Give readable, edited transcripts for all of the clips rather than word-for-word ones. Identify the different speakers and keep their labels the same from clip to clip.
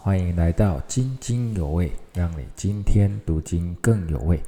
Speaker 1: 欢迎来到津津有味，让你今天读经更有味。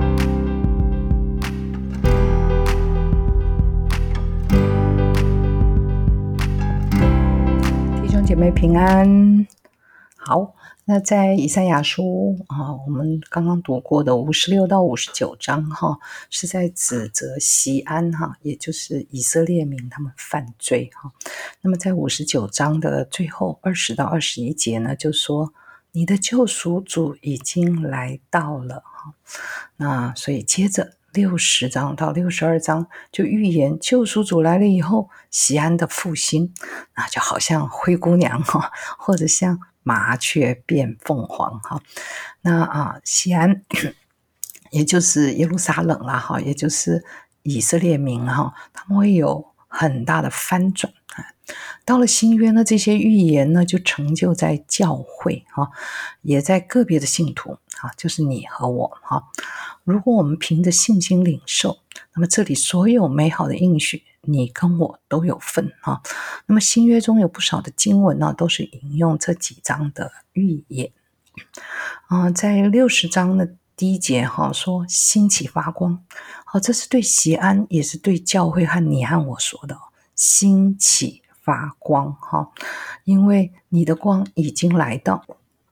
Speaker 2: 弟兄姐妹平安。好，那在以赛亚书我们刚刚读过的56到59章是在指责锡安也就是以色列民他们犯罪那么在59章的最后20到21节呢，就说你的救赎主已经来到了那所以接着60章到62章就预言救赎主来了以后，锡安的复兴，那就好像灰姑娘或者像麻雀变凤凰那锡安也就是耶路撒冷啦也就是以色列民他们会有很大的翻转到了新约呢，这些预言呢就成就在教会也在个别的信徒就是你和我如果我们凭着信心领受，那么这里所有美好的应许你跟我都有份那么新约中有不少的经文呢，都是引用这几章的预言在60章的第1节说兴起发光这是对锡安也是对教会和你和我说的兴起发光因为你的光已经来到，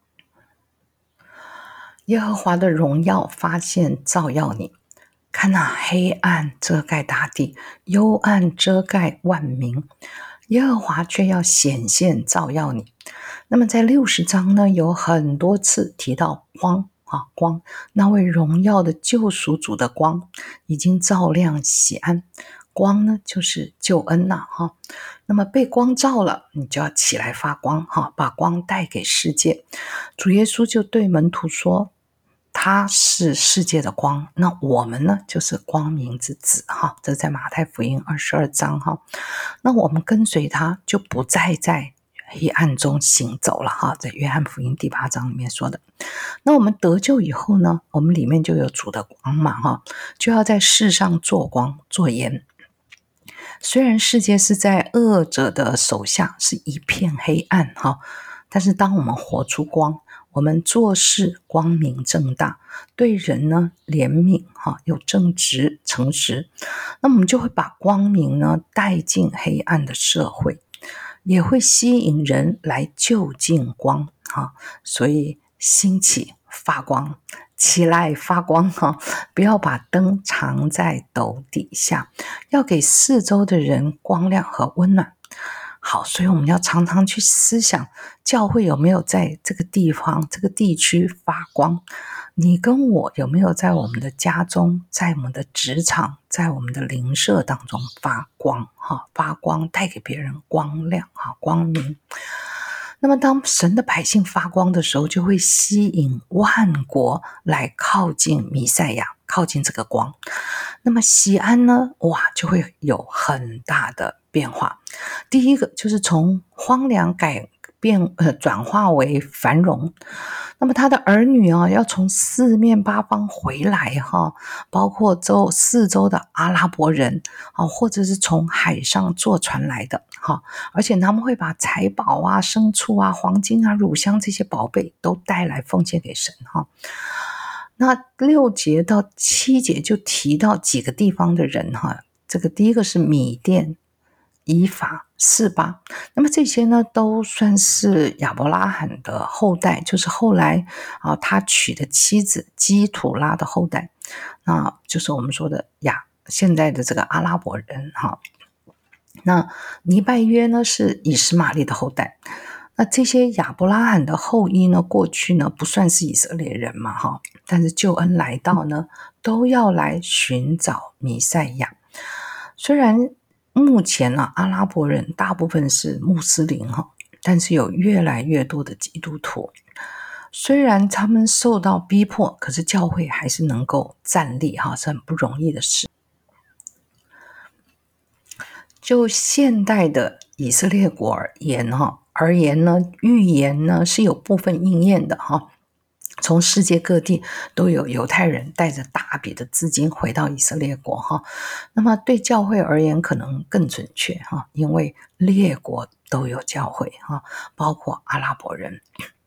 Speaker 2: 耶和华的荣耀发现照耀你，看黑暗遮盖大地，幽暗遮盖万民，耶和华却要显现照耀你。那么在60章呢，有很多次提到光光，那位荣耀的救赎主的光已经照亮锡安，光呢就是救恩那么被光照了，你就要起来发光把光带给世界。主耶稣就对门徒说，他是世界的光，那我们呢就是光明之子这在马太福音22章那我们跟随他就不再在黑暗中行走了在约翰福音第8章里面说的。那我们得救以后呢，我们里面就有主的光嘛就要在世上做光做盐。虽然世界是在恶者的手下，是一片黑暗但是当我们活出光，我们做事光明正大，对人呢怜悯有正直诚实，那我们就会把光明呢带进黑暗的社会，也会吸引人来就近光所以兴起发光，起来发光不要把灯藏在斗底下，要给四周的人光亮和温暖。好，所以我们要常常去思想，教会有没有在这个地方这个地区发光，你跟我有没有在我们的家中，在我们的职场，在我们的邻舍当中发光发光，带给别人光亮光明。那么当神的百姓发光的时候，就会吸引万国来靠近弥赛亚，靠近这个光。那么锡安呢就会有很大的变化。第一个就是从荒凉转化为繁荣。那么他的儿女要从四面八方回来包括四周的阿拉伯人或者是从海上坐船来的而且他们会把财宝牲畜黄金乳香这些宝贝都带来奉献给神那6节到7节就提到几个地方的人这个第一个是米甸、以法、示巴，那么这些呢都算是亚伯拉罕的后代，就是后来他娶的妻子基土拉的后代，那就是我们说的现在的这个阿拉伯人那尼拜约呢是以实玛利的后代。那这些亚伯拉罕的后裔呢，过去呢不算是以色列人嘛但是救恩来到呢，都要来寻找弥赛亚。虽然目前阿拉伯人大部分是穆斯林但是有越来越多的基督徒。虽然他们受到逼迫，可是教会还是能够站立是很不容易的事。就现代的以色列国而言呢，预言呢是有部分应验的从世界各地都有犹太人带着大笔的资金回到以色列国那么对教会而言可能更准确因为列国都有教会包括阿拉伯人。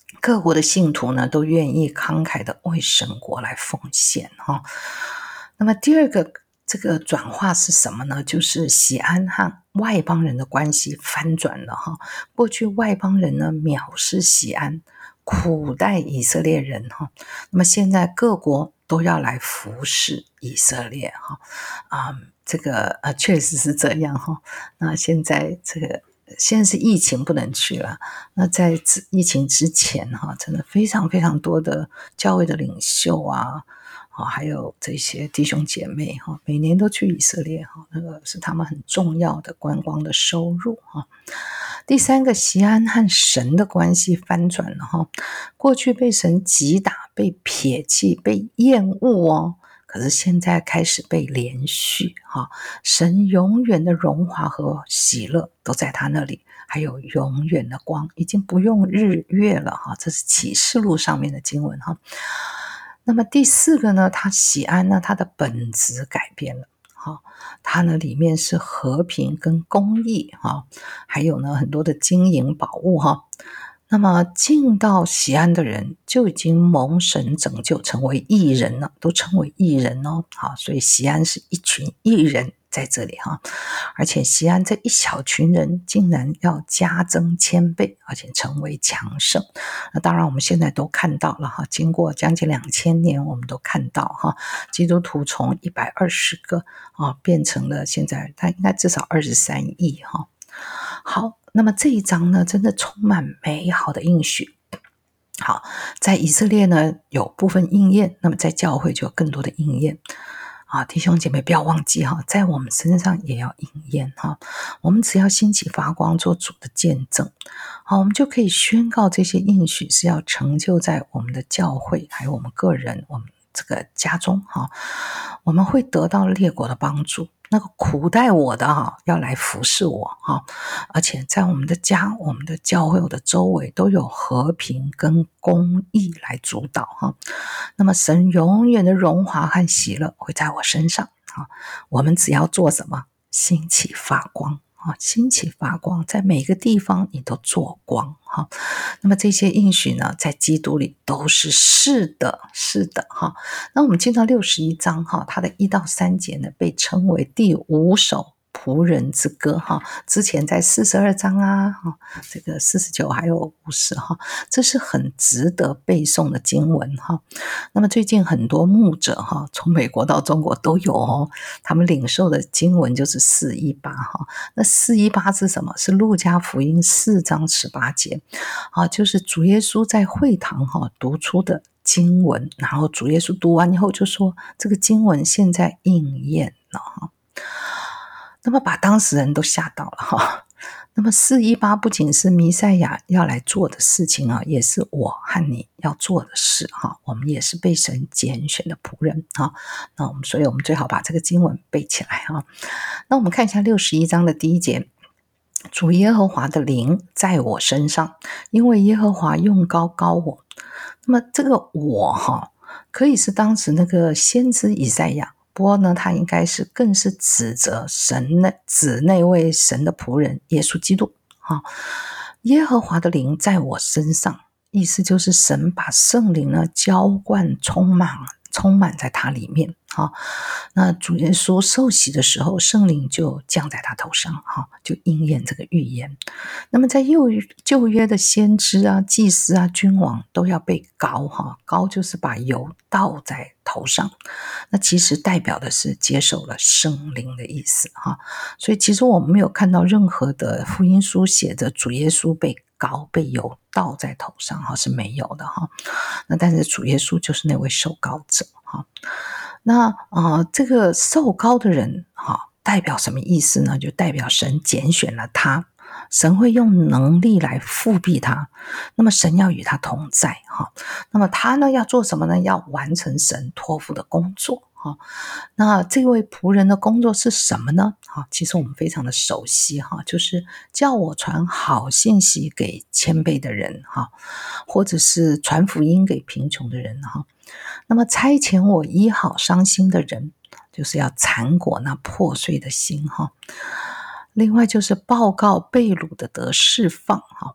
Speaker 2: 各国的信徒呢都愿意慷慨的为神国来奉献哈。那么第二个这个转化是什么呢？就是西安和外邦人的关系翻转了哈。过去外邦人呢藐视西安，苦待以色列人哈。那么现在各国都要来服侍以色列哈。这个确实是这样哈。那现在是疫情不能去了，那在疫情之前哈，真的非常非常多的教会的领袖啊，还有这些弟兄姐妹哈，每年都去以色列哈，那个是他们很重要的观光的收入哈。第三个，西安和神的关系翻转了哈，过去被神击打、被撇弃、被厌恶哦。可是现在开始被连续哈，神永远的荣华和喜乐都在他那里，还有永远的光，已经不用日月了哈，这是启示录上面的经文哈。那么第四个呢，他西安呢，他的本质改变了哈，它呢里面是和平跟公义哈，还有呢很多的金银宝物哈。那么进到西安的人就已经蒙神拯救，成为义人了，都称为义人哦。好，所以西安是一群义人在这里哈，而且西安这一小群人竟然要加增千倍，而且成为强盛。那当然我们现在都看到了哈，经过将近2000年，我们都看到哈，基督徒从120个变成了现在他应该至少23亿哈。好，那么这一章呢，真的充满美好的应许。好，在以色列呢有部分应验，那么在教会就有更多的应验。弟兄姐妹不要忘记哈，在我们身上也要应验哈。我们只要兴起发光，做主的见证，好，我们就可以宣告这些应许是要成就在我们的教会，还有我们个人，我们这个家中哈，我们会得到列国的帮助。那个苦待我的哈，要来服侍我哈，而且在我们的家、我们的教会、我的周围都有和平跟公义来主导哈。那么神永远的荣华和喜乐会在我身上啊。我们只要做什么？兴起发光啊，兴起发光，在每个地方你都做光哈。那么这些应许呢，在基督里都是是的，是的哈。那我们进到61章哈，它的1到3节呢，被称为第5首仆人之歌哈。之前在42章这个49还有50哈，这是很值得背诵的经文哈。那么最近很多牧者哈，从美国到中国都有哦，他们领受的经文就是418哈。那418是什么？是路加福音4章18节就是主耶稣在会堂读出的经文，然后主耶稣读完以后就说这个经文现在应验了哈。那么把当事人都吓到了哈。那么418不仅是弥赛亚要来做的事情也是我和你要做的事哈。我们也是被神拣选的仆人哈。所以我们最好把这个经文背起来哈。那我们看一下61章的第1节，主耶和华的灵在我身上，因为耶和华用膏膏我。那么这个我可以是当时那个先知以赛亚，不过呢，他应该是更是指责指那位神的仆人耶稣基督耶和华的灵在我身上，意思就是神把圣灵呢浇灌充满在他里面那主耶稣受洗的时候，圣灵就降在他头上就应验这个预言。那么在旧约的先知祭司君王都要被膏膏就是把油倒在头上，那其实代表的是接受了圣灵的意思所以其实我们没有看到任何的福音书写着主耶稣被膏被油倒在头上是没有的那但是主耶稣就是那位受膏者那这个受膏的人代表什么意思呢？就代表神拣选了他，神会用能力来复辟他，那么神要与他同在那么他呢要做什么呢？要完成神托付的工作那这位仆人的工作是什么呢？其实我们非常的熟悉就是叫我传好信息给谦卑的人或者是传福音给贫穷的人那么差遣我医好伤心的人，就是要缠裹那破碎的心另外就是报告被掳的得释放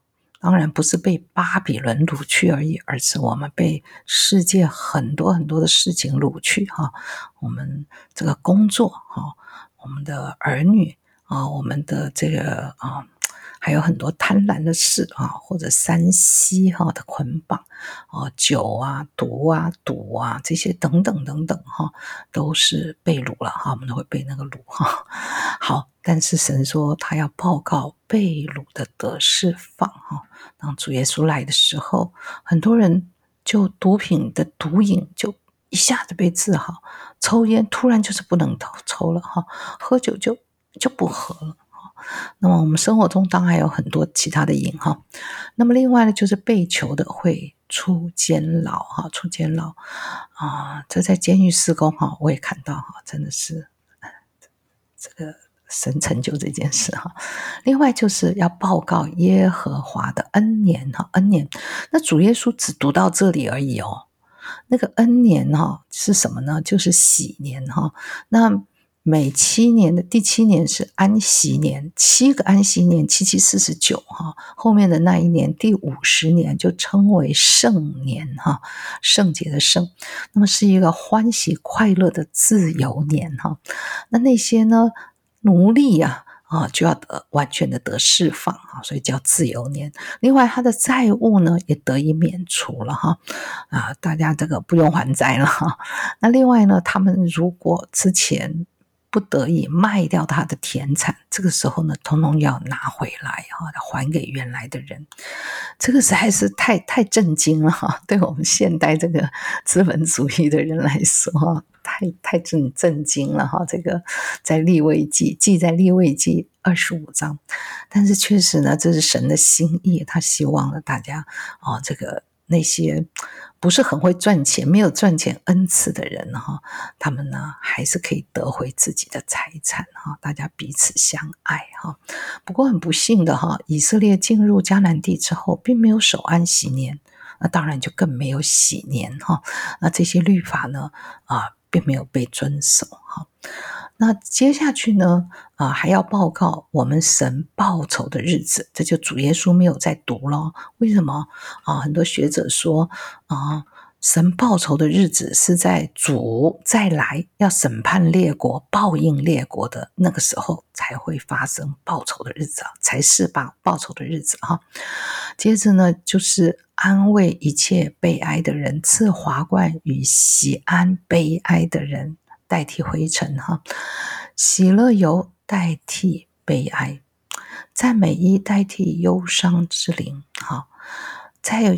Speaker 2: 当然不是被巴比伦掳去而已，而是我们被世界很多很多的事情掳去哈。我们这个工作哈，我们的儿女啊，我们的这个还有很多贪婪的事啊，或者3C的捆绑酒啊、毒啊、赌啊这些等等等等哈，都是被掳了哈，我们都会被那个掳哈。好，但是神说他要报告被掳的得释放哈。当主耶稣来的时候，很多人就毒品的毒瘾就一下子被治好，抽烟突然就是不能抽了哈，喝酒就不喝了。那么我们生活中当然还有很多其他的瘾哈。那么另外呢，就是被囚的会出监牢哈，出监牢这在监狱事工哈，我也看到哈，真的是这个神成就这件事哈。另外就是要报告耶和华的恩年哈，恩年。那主耶稣只读到这里而已哦。那个恩年是什么呢？就是喜年哈。那每7年的第7年是安息年，7个安息年，7 7 49哈。后面的那一年第50年就称为圣年哈，圣洁的圣。那么是一个欢喜快乐的自由年哈。那些呢奴隶就要完全的得释放所以叫自由年。另外他的债务呢也得以免除了哈大家这个不用还债了哈。那另外呢，他们如果之前不得已卖掉他的田产，这个时候呢通通要拿回来还给原来的人。这个实在是太震惊了哈，对我们现代这个资本主义的人来说太震惊了哈。这个在利未记记在利未记25章，但是确实呢，这是神的心意，他希望呢大家这个那些不是很会赚钱、没有赚钱恩赐的人他们呢还是可以得回自己的财产大家彼此相爱不过很不幸的以色列进入迦南地之后，并没有守安息年，那当然就更没有喜年那这些律法呢并没有被遵守那接下去呢还要报告我们神报仇的日子，这就主耶稣没有再读了。为什么很多学者说神报仇的日子是在主再来要审判列国、报应列国的那个时候才会发生报仇的日子才是报仇的日子接着呢，就是安慰一切悲哀的人，赐华冠与喜安悲哀的人代替灰尘喜乐油代替悲哀，赞美衣代替忧伤之灵在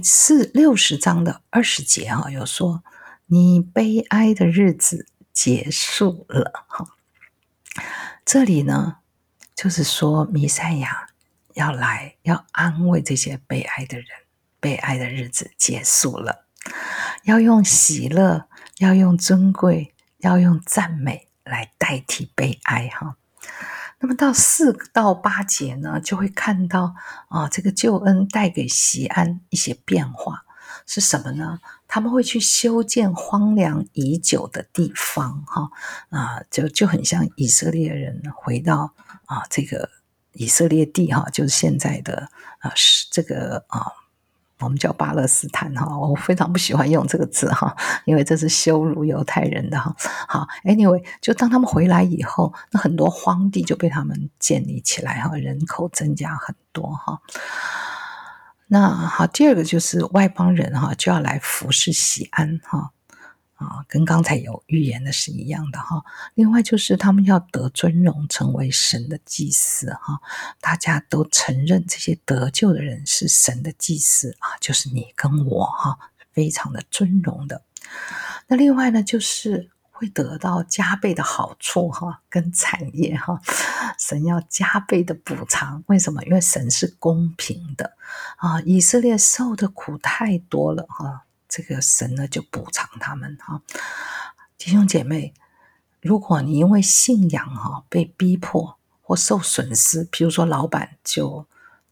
Speaker 2: 60章的20节有说你悲哀的日子结束了这里呢就是说弥赛亚要来，要安慰这些悲哀的人，悲哀的日子结束了，要用喜乐，要用尊贵，要用赞美来代替悲哀那么到4到8节呢，就会看到这个救恩带给锡安一些变化是什么呢？他们会去修建荒凉已久的地方就很像以色列人回到这个以色列地就是现在的这个我们叫巴勒斯坦我非常不喜欢用这个字因为这是羞辱犹太人的好 anyway 就当他们回来以后，那很多荒地就被他们建立起来人口增加很多那好，第二个就是外邦人就要来服侍锡安跟刚才有预言的是一样的另外就是他们要得尊荣，成为神的祭司大家都承认这些得救的人是神的祭司就是你跟我非常的尊荣的。那另外呢，就是会得到加倍的好处跟产业神要加倍的补偿。为什么？因为神是公平的以色列受的苦太多了这个神呢就补偿他们弟兄姐妹，如果你因为信仰被逼迫或受损失，比如说老板就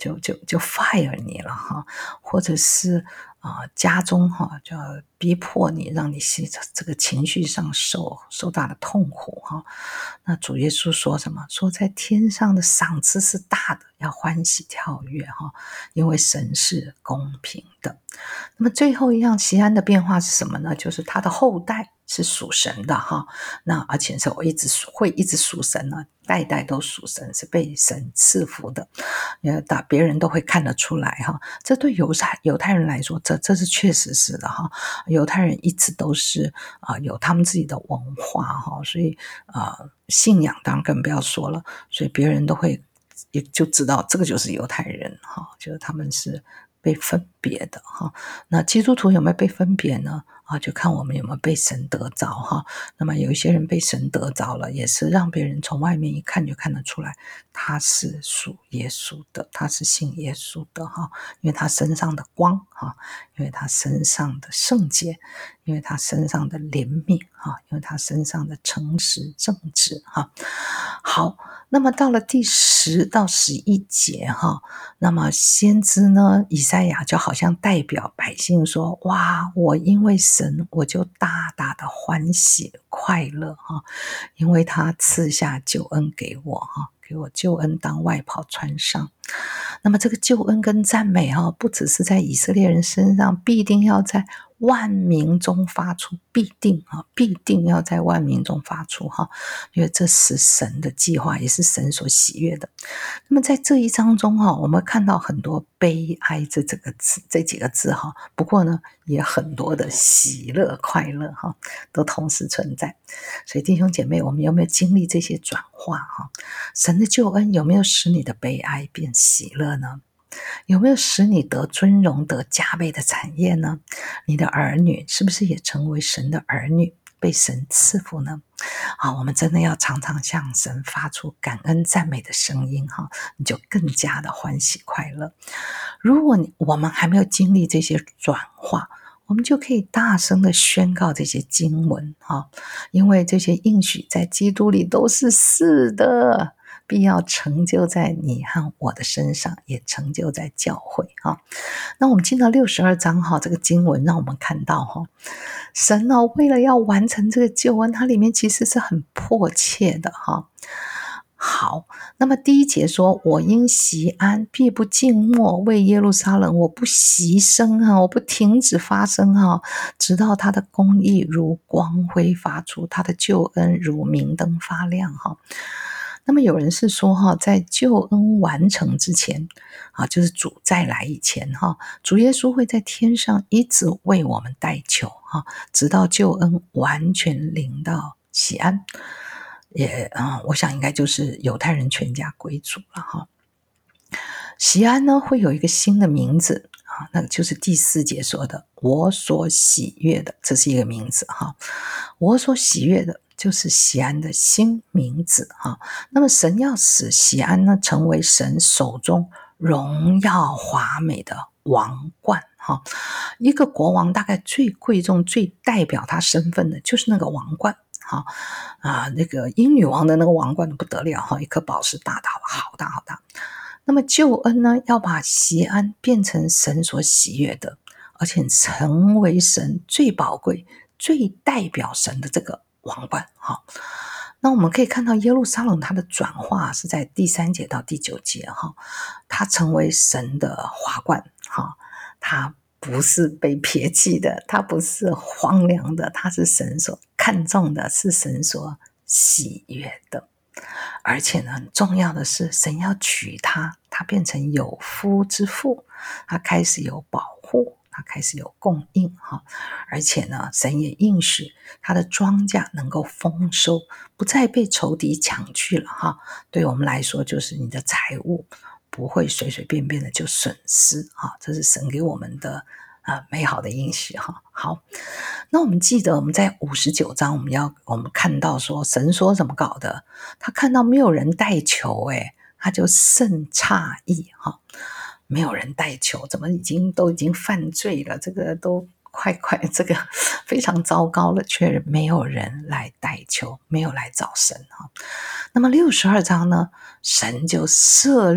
Speaker 2: 就 fire 你了哈，或者是家中就要逼迫你，让你这个情绪上受大的痛苦哈。那主耶稣说什么？说在天上的赏赐是大的，要欢喜跳跃哈，因为神是公平的。那么最后一样西安的变化是什么呢？就是他的后代是属神的哈，那而且是会一直属神呢，代代都属神，是被神赐福的，别人都会看得出来哈。这对犹太人来说，这是确实是的哈。犹太人一直都是有他们自己的文化哈，所以信仰当然更不要说了，所以别人都会也就知道这个就是犹太人哈，就是他们是被分别的哈。那基督徒有没有被分别呢？就看我们有没有被神得着哈。那么有一些人被神得着了，也是让别人从外面一看就看得出来，他是属耶稣的，他是信耶稣的哈，因为他身上的光哈，因为他身上的圣洁，因为他身上的怜悯哈，因为他身上的诚实正直哈。好，那么到了第10到11节哈，那么先知呢，以赛亚就好像代表百姓说，哇，我因为神，我就大大的欢喜快乐哈，因为他赐下救恩给我哈，给我救恩当外袍穿上。那么这个救恩跟赞美不只是在以色列人身上，必定要在万民中发出，必定要在万民中发出哈，因为这是神的计划，也是神所喜悦的。那么在这一章中我们看到很多悲哀这几个字哈，不过呢也很多的喜乐快乐哈，都同时存在。所以弟兄姐妹，我们有没有经历这些转化哈？神的救恩有没有使你的悲哀变喜乐呢？有没有使你得尊荣得加倍的产业呢？你的儿女是不是也成为神的儿女，被神赐福呢？我们真的要常常向神发出感恩赞美的声音哈，你就更加的欢喜快乐。如果我们还没有经历这些转化，我们就可以大声的宣告这些经文哈，因为这些应许在基督里都是是的，必要成就在你和我的身上，也成就在教会哈。那我们进到62章哈，这个经文让我们看到哈，神为了要完成这个救恩，它里面其实是很迫切的哈。好，那么第1节说，我因锡安必不静默，为耶路撒冷我不息声我不停止发声直到他的公义如光辉发出，他的救恩如明灯发亮那么有人是说在救恩完成之前就是主再来以前主耶稣会在天上一直为我们代求直到救恩完全临到锡安，也我想应该就是犹太人全家归主了锡安呢会有一个新的名字那个就是第4节说的我所喜悦的，这是一个名字我所喜悦的就是锡安的新名字那么神要使锡安呢成为神手中荣耀华美的王冠一个国王大概最贵重最代表他身份的就是那个王冠那个英女王的那个王冠不得了一颗宝石大到好大好大。那么救恩呢要把锡安变成神所喜悦的，而且成为神最宝贵最代表神的这个王冠那我们可以看到耶路撒冷它的转化是在第3节到第9节它成为神的华冠它不是被撇弃的，它不是荒凉的，它是神所看重的，是神所喜悦的。而且呢很重要的是神要娶她，她变成有夫之妇，她开始有保护，她开始有供应而且呢神也应许她的庄稼能够丰收，不再被仇敌抢去了对我们来说就是你的财物不会随随便便的就损失这是神给我们的美好的应许好，那我们记得我们在59章我们看到说神说怎么搞的，他看到没有人代求他就甚诧异没有人代求，怎么都已经犯罪了，这个都快这个非常糟糕了，却没有人来代求，没有来找神那么62章呢，神就设立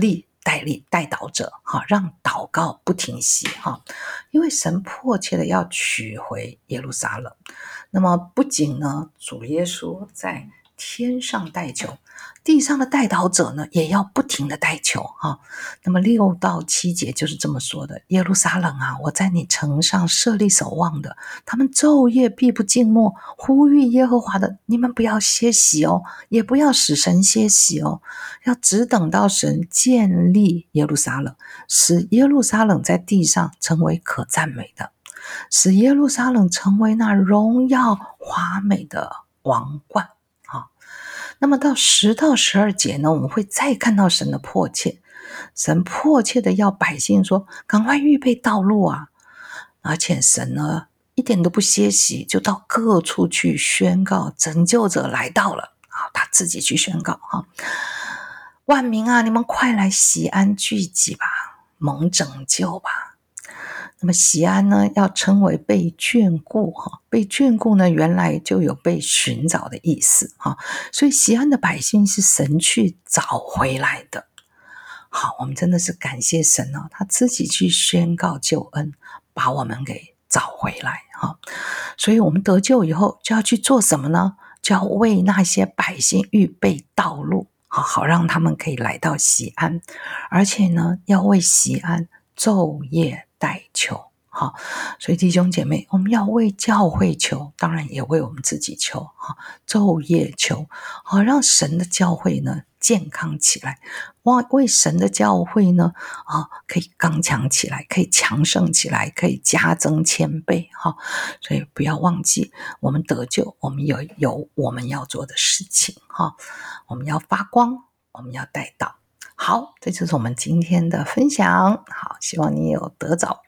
Speaker 2: 代祷者，让祷告不停息，因为神迫切的要取回耶路撒冷。那么不仅呢，主耶稣在天上代求，地上的代祷者呢，也要不停的代求那么6到7节就是这么说的：耶路撒冷啊，我在你城上设立守望的，他们昼夜必不静默，呼吁耶和华的，你们不要歇息哦，也不要使神歇息哦，要只等到神建立耶路撒冷，使耶路撒冷在地上成为可赞美的，使耶路撒冷成为那荣耀华美的王冠。那么到10到12节呢，我们会再看到神的迫切，神迫切的要百姓说，赶快预备道路啊！而且神呢，一点都不歇息，就到各处去宣告拯救者来到了，他自己去宣告万民啊，你们快来西安聚集吧，蒙拯救吧。那么西安呢，要称为被眷顾被眷顾呢，原来就有被寻找的意思所以西安的百姓是神去找回来的。好，我们真的是感谢神他自己去宣告救恩，把我们给找回来所以我们得救以后就要去做什么呢？就要为那些百姓预备道路，好让他们可以来到西安，而且呢，要为西安昼夜代求。所以弟兄姐妹，我们要为教会求，当然也为我们自己求昼夜求让神的教会呢健康起来，为神的教会呢可以刚强起来，可以强盛起来，可以加增千倍所以不要忘记，我们得救，我们有我们要做的事情我们要发光，我们要带到。好，这就是我们今天的分享。好，希望你有得着